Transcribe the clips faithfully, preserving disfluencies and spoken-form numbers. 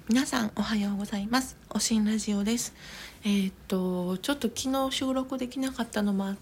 皆さんおはようございます。おしんラジオです。えー、っとちょっと昨日収録できなかったのもあって、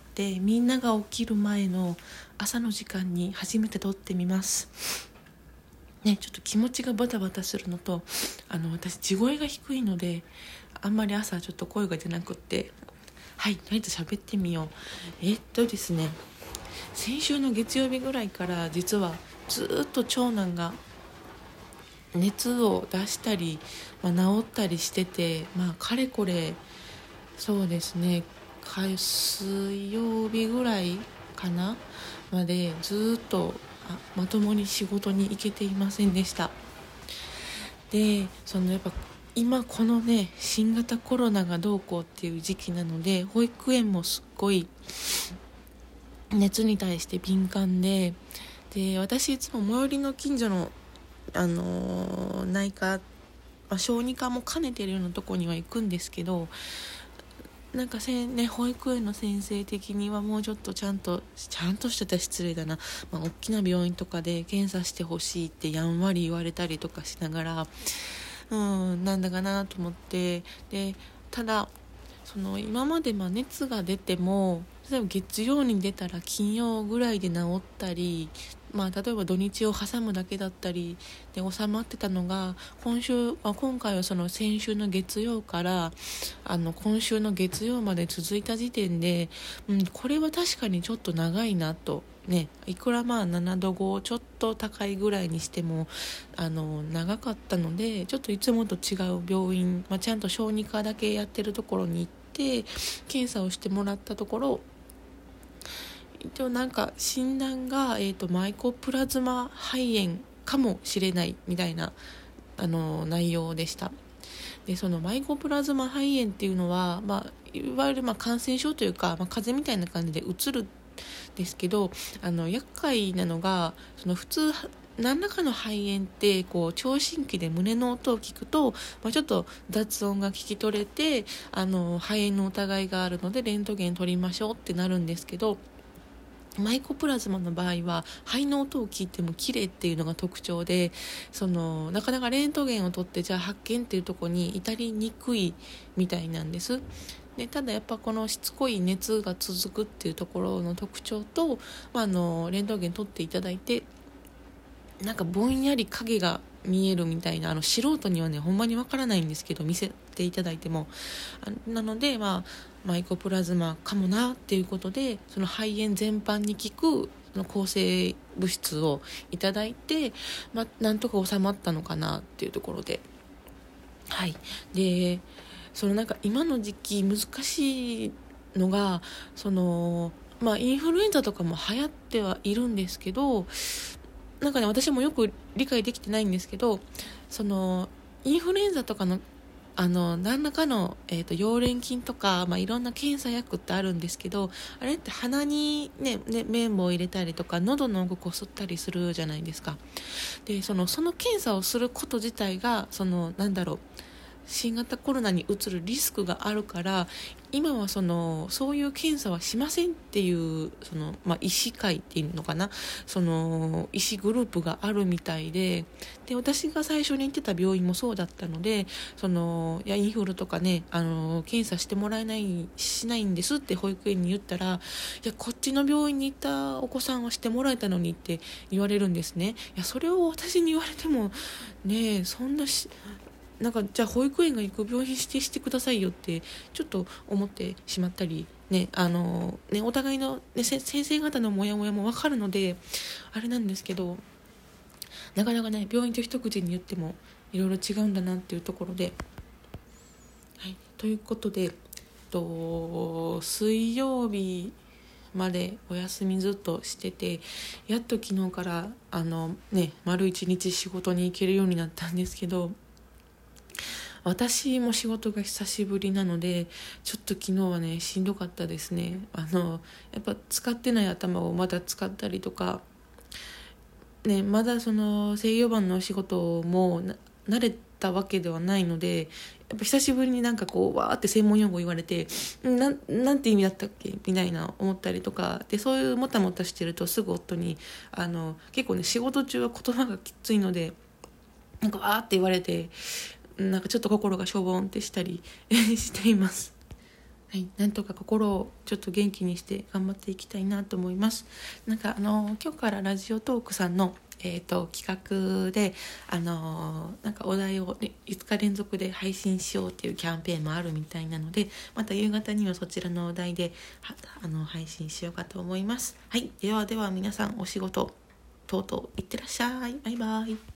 みんなが起きる前の朝の時間に初めて撮ってみますね。ちょっと気持ちがバタバタするのと、あの私地声が低いのであんまり朝ちょっと声が出なくって、はいとりあえず喋ってみよう。えー、っとですね先週の月曜日ぐらいから実はずっと長男が熱を出したり、まあ、治ったりしてて、まあ、かれこれそうですね水曜日ぐらいかなまでずっとあまともに仕事に行けていませんでした。でそのやっぱ今このね新型コロナがどうこうっていう時期なので、保育園もすっごい熱に対して敏感で、で私いつも最寄りの近所のあの内科、まあ、小児科も兼ねてるようなとこには行くんですけど、なんかせ、ね、保育園の先生的にはもうちょっとちゃんとちゃんとしてたら失礼だな、まあ、大きな病院とかで検査してほしいってやんわり言われたりとかしながら、うんなんだかなと思って、でただその今までまあ熱が出ても例えば月曜に出たら金曜ぐらいで治ったり、まあ、例えば土日を挟むだけだったりで収まってたのが、今週、まあ、今回はその先週の月曜からあの今週の月曜まで続いた時点で、うん、これは確かにちょっと長いなとね、いくらまあななどごちょっと高いぐらいにしてもあの長かったので、ちょっといつもと違う病院、まあ、ちゃんと小児科だけやってるところに行って検査をしてもらったところ、一応なんか診断が、えーと、マイコプラズマ肺炎かもしれないみたいなあの内容でした。でそのマイコプラズマ肺炎っていうのは、まあ、いわゆるまあ感染症というか、まあ、風邪みたいな感じでうつるんですけど、あの厄介なのがその普通何らかの肺炎ってこう聴診器で胸の音を聞くと、まあ、ちょっと雑音が聞き取れてあの肺炎の疑いがあるのでレントゲン取りましょうってなるんですけど、マイコプラズマの場合は肺の音を聞いても綺麗っていうのが特徴で、そのなかなかレントゲンを取ってじゃあ発見っていうところに至りにくいみたいなんです。でただやっぱこのしつこい熱が続くっていうところの特徴と、まあ、あのレントゲン取っていただいてなんかぼんやり影が見えるみたいな、あの素人にはねほんまにわからないんですけど見せていただいても、あなので、まあ、マイコプラズマかもなっていうことで、その肺炎全般に効くその抗生物質をいただいて、まあ、なんとか収まったのかなっていうところで、はいでそのなんか今の時期難しいのが、そのまあインフルエンザとかも流行ってはいるんですけど、なんかね私もよく理解できてないんですけど、そのインフルエンザとかのあの何らかの、えーと、溶連菌とか、まあ、いろんな検査薬ってあるんですけど、あれって鼻に、ねね、綿棒を入れたりとか喉の奥こすったりするじゃないですか。でそのその検査をすること自体がそのなんだろう新型コロナにうつるリスクがあるから、今はそのそういう検査はしませんっていうその、まあ、医師会っていうのかな、その医師グループがあるみたいで、で私が最初に行ってた病院もそうだったので、そのいやインフルとかねあの検査してもらえないしないんですって保育園に言ったら、いやこっちの病院に行ったお子さんはしてもらえたのにって言われるんですね。いやそれを私に言われてもね、そんなしなんかじゃあ保育園が行く病院指定してくださいよってちょっと思ってしまったりね、あのねお互いの、ね、先生方のモヤモヤも分かるのであれなんですけど、なかなかね病院と一口に言ってもいろいろ違うんだなっていうところで、はい、ということでと水曜日までお休みずっとしてて、やっと昨日からあのね丸一日仕事に行けるようになったんですけど、私も仕事が久しぶりなのでちょっと昨日はねしんどかったですね。あのやっぱ使ってない頭をまだ使ったりとか、ね、まだその制御盤のお仕事も慣れたわけではないので、やっぱ久しぶりになんかこうわーって専門用語言われてな ん, なんて意味だったっけみたいな思ったりとかで、そういうもたもたしてるとすぐ夫にあの結構ね仕事中は言葉がきついのでなんかわーって言われて、 なんかちょっと心がしょぼんってしたりしています。はい、なんとか心をちょっと元気にして頑張っていきたいなと思います。なんかあの今日からラジオトークさんの、えー、と企画であのなんかお題を、ね、いつか連続で配信しようっていうキャンペーンもあるみたいなので、また夕方にはそちらのお題ではあの配信しようかと思います。はい、ではでは皆さんお仕事とうとういってらっしゃい。バイバイ。